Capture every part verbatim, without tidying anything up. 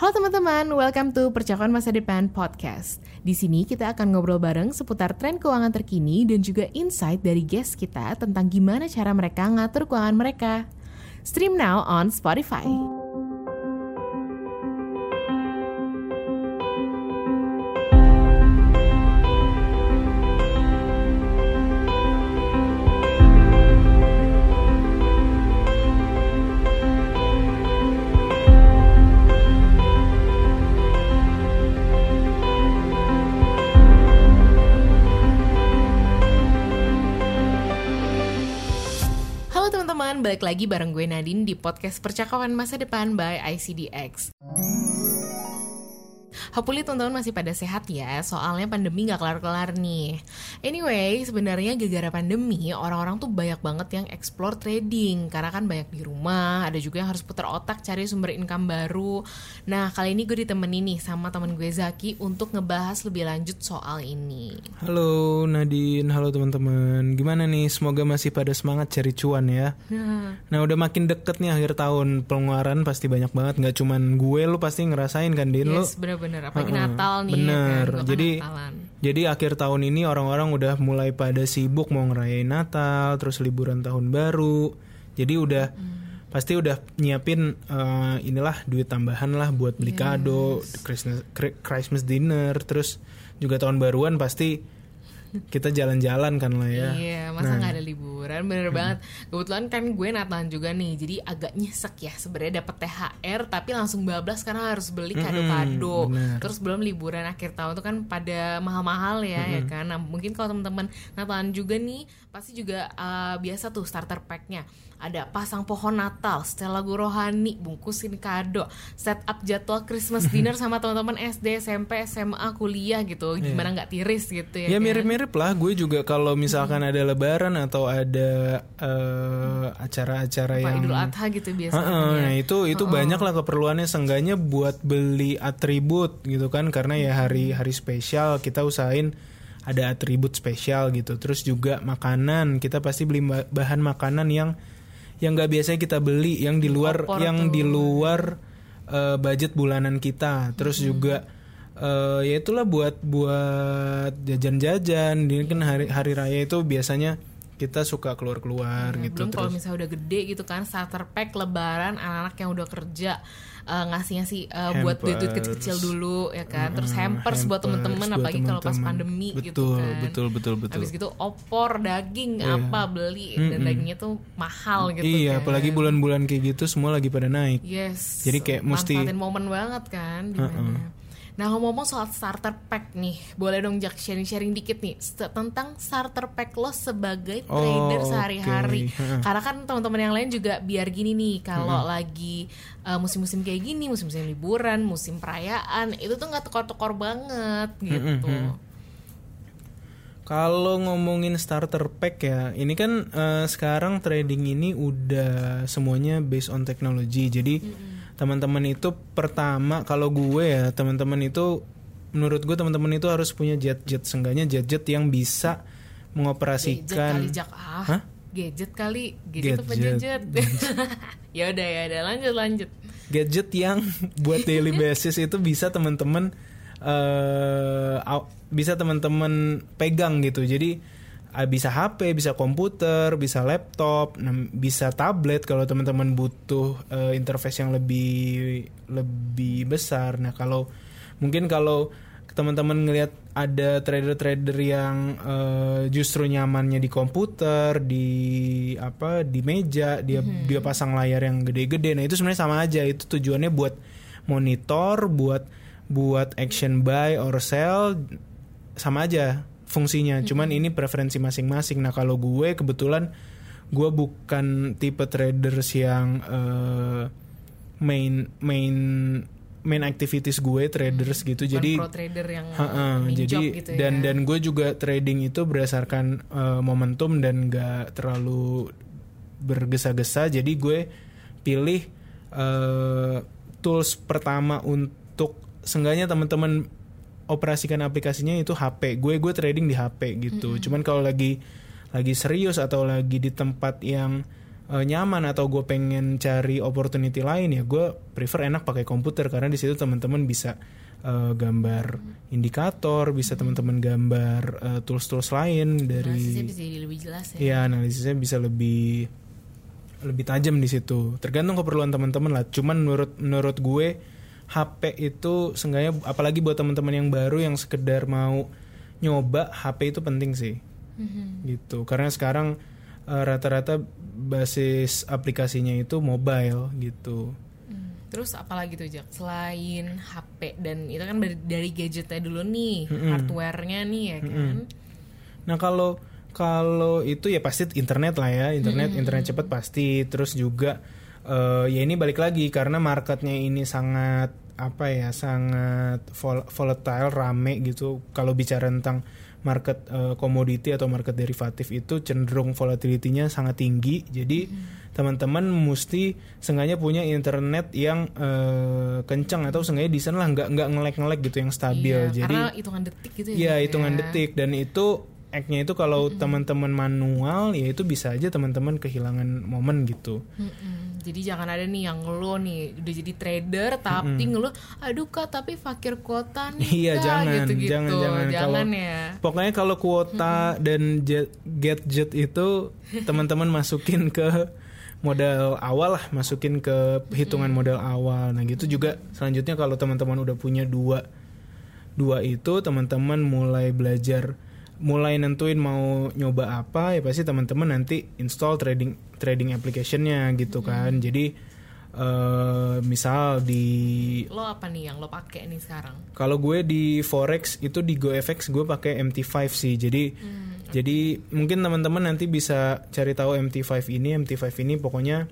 Halo teman-teman, welcome to Percakapan Masa Depan Podcast. Di sini kita akan ngobrol bareng seputar tren keuangan terkini dan juga insight dari guest kita tentang gimana cara mereka ngatur keuangan mereka. Stream now on Spotify. Balik lagi bareng gue Nadine di podcast Percakapan Masa Depan by I C D X. Hopefully teman-teman masih pada sehat ya, soalnya pandemi gak kelar-kelar nih. Anyway, sebenarnya gara-gara pandemi, orang-orang tuh banyak banget yang explore trading. Karena kan banyak di rumah, ada juga yang harus putar otak cari sumber income baru. Nah, kali ini gue ditemenin nih sama temen gue Zaki untuk ngebahas lebih lanjut soal ini. Halo Nadine, halo teman-teman. Gimana nih, semoga masih pada semangat cari cuan ya. Nah, nah udah makin deket nih akhir tahun, pengeluaran pasti banyak banget. Gak cuman gue, lu pasti ngerasain kan Din? Yes, bener-bener. Apalagi uh-uh. Natal nih. Bener, kan? jadi jadi akhir tahun ini orang-orang udah mulai pada sibuk mau ngerayain Natal, terus liburan tahun baru. Jadi udah hmm. pasti udah nyiapin uh, inilah duit tambahan lah buat beli yes. kado, Christmas, Christmas dinner, terus juga tahun baruan pasti kita jalan-jalan kan lah ya. Iya, masa nggak nah. ada liburan, bener hmm. banget. Kebetulan kan gue Natalan juga nih, jadi agak nyesek ya sebenarnya dapet T H R tapi langsung bablas karena harus beli kado-kado. Hmm, terus belum liburan akhir tahun tuh kan pada mahal-mahal ya, hmm. ya kan. Nah mungkin kalau teman-teman Natalan juga nih pasti juga uh, biasa tuh starter pack-nya. Ada pasang pohon Natal, setel lagu rohani, bungkusin kado, set up jadwal Christmas dinner sama teman-teman S D, S M P, S M A, kuliah gitu. Gimana nggak yeah. tiris gitu ya? Ya kan? Mirip-mirip lah. Gue juga kalau misalkan hmm. ada Lebaran atau ada uh, acara-acara apa, yang Idul Adha gitu biasanya. Uh-uh, nah itu itu uh-uh. banyak lah keperluannya. Seenggaknya buat beli atribut gitu kan, karena ya hari-hari spesial kita usahain ada atribut spesial gitu. Terus juga makanan, kita pasti beli bahan makanan yang yang nggak biasanya kita beli, yang di luar Opor yang tuh. di luar uh, budget bulanan kita. Terus mm-hmm. juga uh, ya itulah buat buat jajan-jajan. Ini kan hari hari raya itu biasanya kita suka keluar-keluar ya, gitu. Belum kalau misalnya udah gede gitu kan, starter pack Lebaran, anak-anak yang udah kerja uh, ngasih-ngasih uh, buat duit-duit kecil-kecil dulu ya kan. Terus hampers, hampers buat temen-temen, apalagi kalau pas pandemi betul, gitu kan. Betul, betul, betul. Habis gitu opor, daging, yeah. apa beli mm-hmm. dan dagingnya tuh mahal gitu. Iya, kan. apalagi bulan-bulan kayak gitu semua lagi pada naik. Yes. Jadi kayak mesti manfaatin momen banget kan. Gimana? Uh-uh. Nah ngomong-ngomong soal starter pack nih, boleh dong Jak sharing-sharing dikit nih tentang starter pack lo sebagai trader oh, sehari-hari. Okay. Karena kan teman-teman yang lain juga biar gini nih, kalau mm-hmm. lagi uh, musim-musim kayak gini, musim-musim liburan, musim perayaan, itu tuh nggak tekor-tekor banget gitu. Mm-hmm. Kalau ngomongin starter pack ya, ini kan uh, sekarang trading ini udah semuanya based on teknologi, jadi mm-hmm. teman-teman itu pertama, kalau gue ya teman-teman itu menurut gue teman-teman itu harus punya jet-jet, seenggaknya jet-jet yang bisa mengoperasikan gadget kali Jak ah Hah? gadget kali gadget, gadget. apa gadget ya udah ya udah lanjut lanjut gadget yang buat daily basis itu bisa teman-teman uh, bisa teman-teman pegang gitu. Jadi bisa H P, bisa komputer, bisa laptop, bisa tablet kalau teman-teman butuh uh, interface yang lebih lebih besar. Nah, kalau mungkin kalau teman-teman ngelihat ada trader-trader yang uh, justru nyamannya di komputer, di apa, di meja, dia mm-hmm. dia pasang layar yang gede-gede. Nah, itu sebenarnya sama aja. Itu tujuannya buat monitor, buat buat action buy or sell, sama aja fungsinya, cuman mm-hmm. ini preferensi masing-masing. Nah kalau gue kebetulan gue bukan tipe traders yang uh, main main main activities gue traders gitu. Bukan jadi pro trader yang jadi gitu dan ya. dan gue juga trading itu berdasarkan uh, momentum dan gak terlalu bergesa-gesa. Jadi gue pilih uh, tools pertama untuk seenggaknya teman-teman operasikan aplikasinya itu H P. Gue gue trading di H P gitu. Mm-hmm. Cuman kalau lagi lagi serius atau lagi di tempat yang uh, nyaman atau gue pengen cari opportunity lain, ya gue prefer enak pakai komputer karena di situ teman-teman bisa uh, gambar indikator, bisa teman-teman gambar uh, tools-tools lain dari analisisnya bisa jadi lebih jelas ya. Iya, analisisnya bisa lebih lebih tajam di situ. Tergantung keperluan teman-teman lah. Cuman menurut menurut gue H P itu seenggaknya, apalagi buat teman-teman yang baru yang sekedar mau nyoba, H P itu penting sih. Mm-hmm. Gitu. Karena sekarang uh, rata-rata basis aplikasinya itu mobile gitu. Terus apalagi tuh Jak, selain H P, dan itu kan dari gadgetnya dulu nih, mm-hmm. hardware-nya nih ya kan. Mm-hmm. Nah kalau kalau itu ya pasti internet lah ya, internet mm-hmm. internet cepat pasti. Terus juga uh, ya ini balik lagi karena marketnya ini sangat apa ya, sangat vol- volatile, rame gitu. Kalau bicara tentang market uh, komoditi atau market derivatif itu cenderung volatility-nya sangat tinggi. Jadi mm-hmm. teman-teman mesti seenggaknya punya internet yang uh, kencang atau seenggaknya di sana lah nggak nggak ngelek-ngelek gitu, yang stabil. Iya, jadi karena hitungan detik gitu ya. Iya, hitungan ya. detik, dan itu act-nya itu kalau mm-hmm. teman-teman manual ya itu bisa aja teman-teman kehilangan momen gitu. Mm-mm. Jadi jangan ada nih yang ngeluh nih udah jadi trader tapi mm-hmm. ngeluh, aduh Kak tapi fakir kuota nih. Iya, Kak, jangan, gitu-gitu. jangan, jangan, jangan kalau, ya. Pokoknya kalau kuota mm-hmm. dan jet, gadget itu teman-teman masukin ke modal awal lah, masukin ke hitungan mm-hmm. modal awal. Nah gitu juga selanjutnya kalau teman-teman udah punya dua dua itu, teman-teman mulai belajar, mulai nentuin mau nyoba apa, ya pasti teman-teman nanti install trading trading application-nya gitu kan. Hmm. Jadi uh, misal di lo apa nih yang lo pakai nih sekarang? Kalau gue di forex itu di GoFX gue pakai M T lima sih. Jadi hmm, okay. jadi mungkin teman-teman nanti bisa cari tahu M T lima ini. M T lima ini pokoknya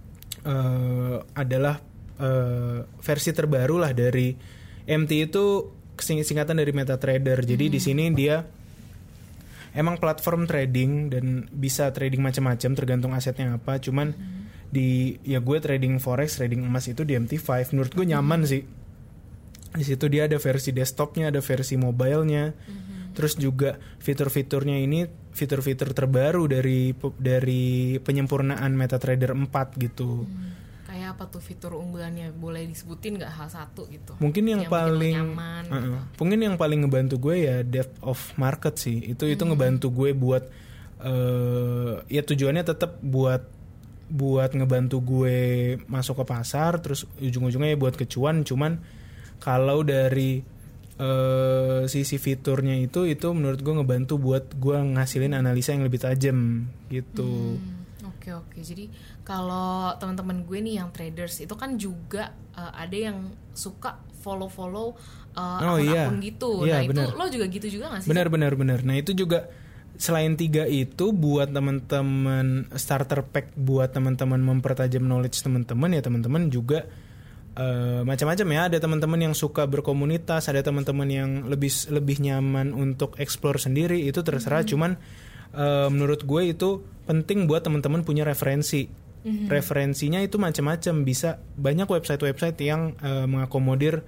uh, adalah uh, versi terbaru lah dari M T itu, singkatan dari MetaTrader. Jadi hmm. di sini dia emang platform trading dan bisa trading macam-macam tergantung asetnya apa. Cuman hmm. di ya gue trading forex, trading emas itu di M T lima. Menurut gue nyaman hmm. sih. Di situ dia ada versi desktopnya, ada versi mobilenya. Hmm. Terus juga fitur-fiturnya ini fitur-fitur terbaru dari dari penyempurnaan MetaTrader empat gitu. Hmm. Kayak apa tuh fitur unggulannya? Boleh disebutin nggak hal satu gitu? Mungkin yang, yang paling nyaman, uh-uh. gitu. Mungkin yang paling ngebantu gue ya depth of market sih. Itu hmm. itu ngebantu gue buat uh, ya tujuannya tetap buat buat ngebantu gue masuk ke pasar, terus ujung-ujungnya ya buat kecuan. Cuman kalau dari uh, sisi fiturnya itu itu menurut gue ngebantu buat gue ngasilin analisa yang lebih tajam gitu. Hmm. Oke oke, jadi kalau teman-teman gue nih yang traders itu kan juga uh, ada yang suka follow-follow uh, oh, akun-akun iya. gitu. Iya, nah bener. itu lo juga gitu juga nggak sih? Benar benar benar. Nah itu juga selain tiga itu buat teman-teman starter pack, buat teman-teman mempertajam knowledge teman-teman, ya teman-teman juga uh, macam-macam ya. Ada teman-teman yang suka berkomunitas, ada teman-teman yang lebih lebih nyaman untuk explore sendiri, itu terserah. Mm-hmm. Cuman uh, menurut gue itu penting buat teman-teman punya referensi. Mm-hmm. Referensinya itu macam-macam, bisa banyak website-website yang uh, mengakomodir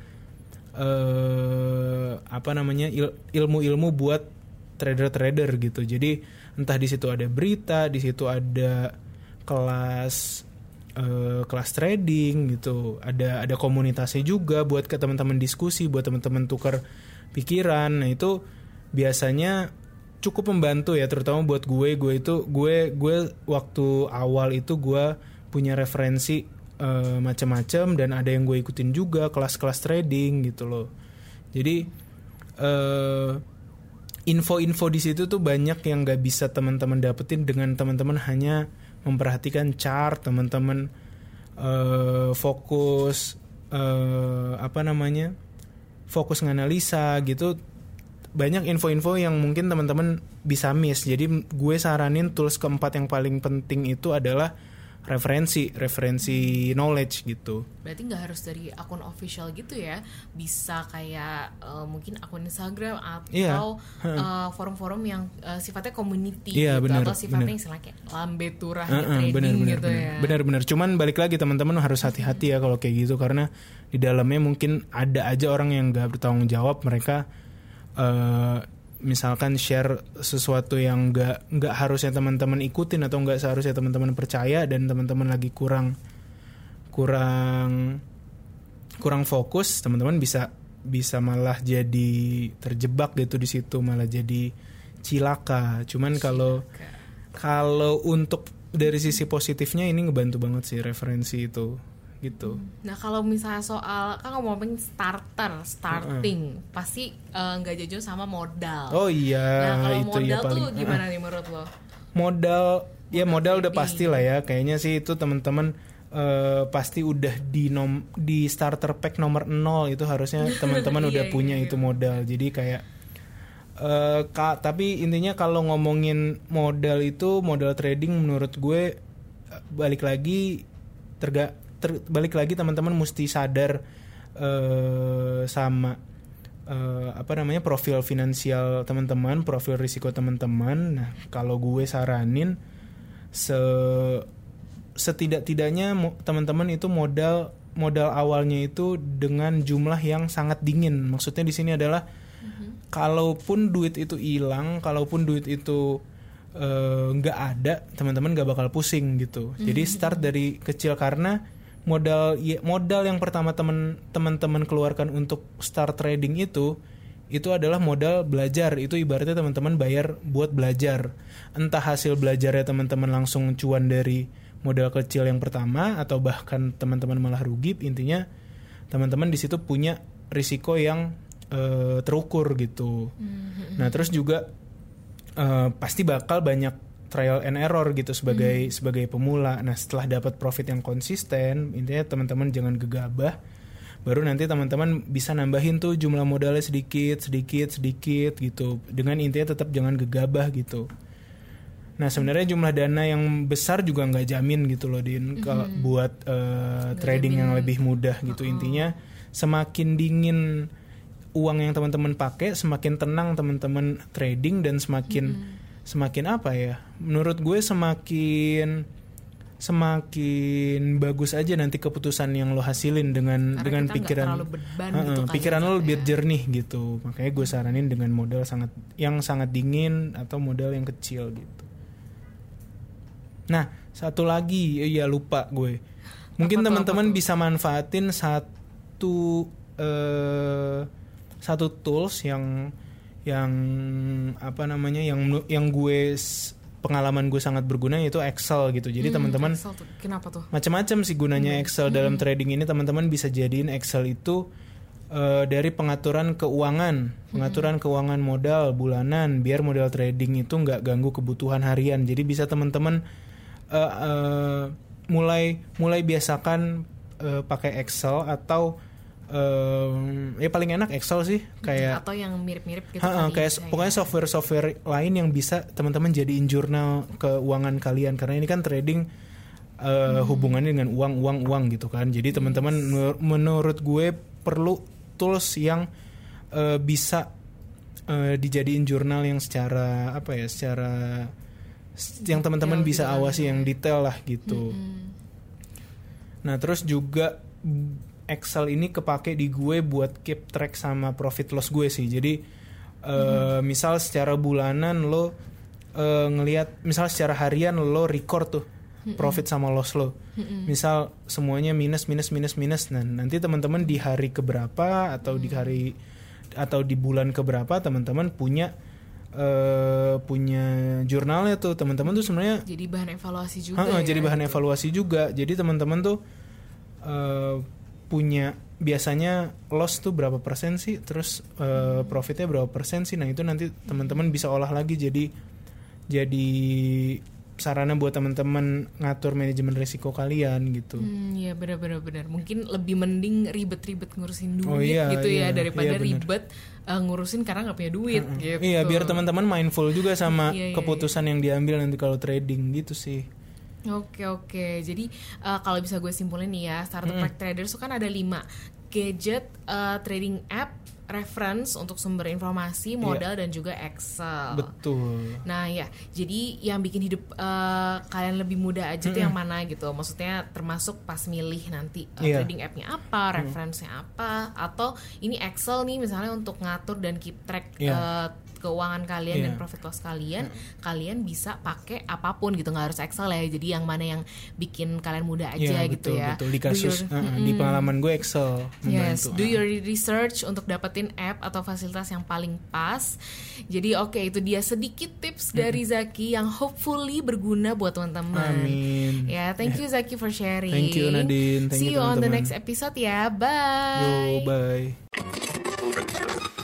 uh, apa namanya il- ilmu-ilmu buat trader-trader gitu. Jadi entah di situ ada berita, di situ ada kelas uh, kelas trading gitu, ada ada komunitasnya juga buat ke teman-teman diskusi, buat teman-teman tukar pikiran. Nah itu biasanya cukup membantu ya, terutama buat gue. Gue itu gue gue waktu awal itu gue punya referensi uh, macam-macam, dan ada yang gue ikutin juga kelas-kelas trading gitu loh. Jadi uh, info-info di situ tuh banyak yang nggak bisa teman-teman dapetin dengan teman-teman hanya memperhatikan chart, teman-teman uh, fokus uh, apa namanya fokus nganalisa gitu. Banyak info-info yang mungkin teman-teman bisa miss. Jadi gue saranin tools keempat yang paling penting itu adalah referensi, referensi knowledge gitu. Berarti nggak harus dari akun official gitu ya, bisa kayak uh, mungkin akun Instagram atau yeah. uh, forum-forum yang uh, sifatnya community yeah, gitu, bener, atau sifatnya bener. istilahnya kayak lambe turah uh-uh, trading bener, bener, gitu bener. ya. Benar-benar. Cuman balik lagi teman-teman harus hati-hati ya kalau kayak gitu, karena di dalamnya mungkin ada aja orang yang nggak bertanggung jawab. Mereka uh, misalkan share sesuatu yang nggak nggak harusnya teman-teman ikutin atau nggak seharusnya teman-teman percaya dan teman-teman lagi kurang kurang kurang fokus, teman-teman bisa bisa malah jadi terjebak gitu di situ, malah jadi cilaka. Cuman kalau kalau untuk dari sisi positifnya ini ngebantu banget sih referensi itu gitu. Nah kalau misalnya soal kan ngomongin starter, starting, uh-uh. pasti nggak uh, jauh sama modal. Oh iya. Nah kalau itu modal ya tuh paling, gimana uh-uh. nih menurut lo? Modal, modal ya modal udah pasti lah ya. Kayaknya sih itu teman-teman uh, pasti udah di nom di starter pack nomor nol itu harusnya teman-teman udah iya, punya iya, itu modal. Jadi kayak uh, ka, tapi intinya kalau ngomongin modal itu modal trading menurut gue balik lagi terga Ter, balik lagi teman-teman mesti sadar uh, sama uh, apa namanya profil finansial teman-teman, profil risiko teman-teman. Nah, kalau gue saranin se setidak-tidaknya mo, teman-teman itu modal modal awalnya itu dengan jumlah yang sangat dingin. Maksudnya di sini adalah mm-hmm. kalaupun duit itu hilang, kalaupun duit itu nggak uh, ada, teman-teman nggak bakal pusing gitu. Mm-hmm. Jadi start dari kecil karena modal modal yang pertama teman teman-teman keluarkan untuk start trading itu itu adalah modal belajar. Itu ibaratnya teman-teman bayar buat belajar. Entah hasil belajarnya teman-teman langsung cuan dari modal kecil yang pertama atau bahkan teman-teman malah rugi, intinya teman-teman di situ punya risiko yang uh, terukur gitu. Mm-hmm. Nah, terus juga uh, pasti bakal banyak trial and error gitu sebagai hmm. sebagai pemula. Nah, setelah dapat profit yang konsisten, intinya teman-teman jangan gegabah. Baru nanti teman-teman bisa nambahin tuh jumlah modalnya sedikit, sedikit, sedikit gitu. Dengan intinya tetap jangan gegabah gitu. Nah, sebenarnya jumlah dana yang besar juga nggak jamin gitu loh, Din. Hmm. Kalau buat uh, trading jamin. Yang lebih mudah gitu. Uh-uh. Intinya semakin dingin uang yang teman-teman pakai, semakin tenang teman-teman trading dan semakin hmm. semakin apa ya? Menurut gue semakin semakin bagus aja nanti keputusan yang lo hasilin dengan karena dengan pikiran uh, gitu pikiran lo lebih ya. jernih gitu. Makanya gue saranin dengan modal sangat yang sangat dingin atau modal yang kecil gitu. Nah, satu lagi ya lupa gue. Mungkin apa teman-teman tuh, bisa manfaatin satu uh, satu tools yang yang apa namanya yang yang gue pengalaman gue sangat berguna yaitu Excel gitu. Jadi hmm, teman-teman macam-macam sih gunanya hmm. Excel dalam hmm. trading ini. Teman-teman bisa jadiin Excel itu uh, dari pengaturan keuangan, pengaturan hmm. keuangan modal bulanan biar modal trading itu nggak ganggu kebutuhan harian. Jadi bisa teman-teman uh, uh, mulai mulai biasakan uh, pakai Excel atau Um, ya paling enak Excel sih kayak atau yang mirip-mirip gitu ha, kayak ya. Pokoknya software-software lain yang bisa teman-teman jadiin jurnal keuangan kalian karena ini kan trading uh, hmm. hubungannya dengan uang-uang-uang gitu kan. Jadi yes. teman-teman menurut gue perlu tools yang uh, bisa uh, dijadiin jurnal yang secara apa ya secara yang teman-teman bisa awasi yang detail lah gitu. Hmm. Nah terus juga Excel ini kepake di gue buat keep track sama profit loss gue sih. Jadi uh, hmm. misal secara bulanan lo uh, ngelihat, misal secara harian lo record tuh hmm. profit sama loss lo. Hmm. Misal semuanya minus minus minus minus. Nah, nanti teman-teman di hari keberapa atau hmm. di hari atau di bulan keberapa teman-teman punya uh, punya jurnalnya tuh. Teman-teman tuh sebenarnya jadi bahan evaluasi juga. Uh, ya, jadi bahan gitu. evaluasi juga. Jadi teman-teman tuh uh, punya biasanya loss tuh berapa persen sih, terus uh, profitnya berapa persen sih. Nah itu nanti teman-teman bisa olah lagi jadi jadi sarana buat teman-teman ngatur manajemen risiko kalian gitu. Hmm, ya benar-benar benar. Mungkin lebih mending ribet-ribet ngurusin duit oh, iya, gitu iya, ya daripada iya, ribet uh, ngurusin karena nggak punya duit. Uh-uh. Gitu. Iya biar teman-teman mindful juga sama iya, iya, keputusan iya. yang diambil nanti kalau trading gitu sih. Oke oke, jadi uh, kalau bisa gue simpulin nih ya, starter pack mm-hmm. traders itu kan ada lima gadget, uh, trading app, reference untuk sumber informasi, modal yeah. dan juga Excel. Betul. Nah ya, jadi yang bikin hidup uh, kalian lebih mudah aja mm-hmm. tuh yang mana gitu? Maksudnya termasuk pas milih nanti uh, yeah. trading appnya apa, reference-nya mm-hmm. apa, atau ini Excel nih misalnya untuk ngatur dan keep track. Yeah. Uh, keuangan kalian yeah. dan profit loss kalian, hmm. kalian bisa pakai apapun gitu, nggak harus Excel ya. Jadi yang mana yang bikin kalian mudah aja yeah, gitu betul, ya. Betul. Di kasus your, uh, mm, di pengalaman gue Excel yes, membantu. do your research untuk dapetin app atau fasilitas yang paling pas. Jadi oke, okay, itu dia sedikit tips dari Zaki yang hopefully berguna buat teman-teman. Amin. Ya, yeah, thank you Zaki for sharing. Thank you Nadine. Thank See you, you teman-teman. on the next episode ya. Bye. Yo, bye.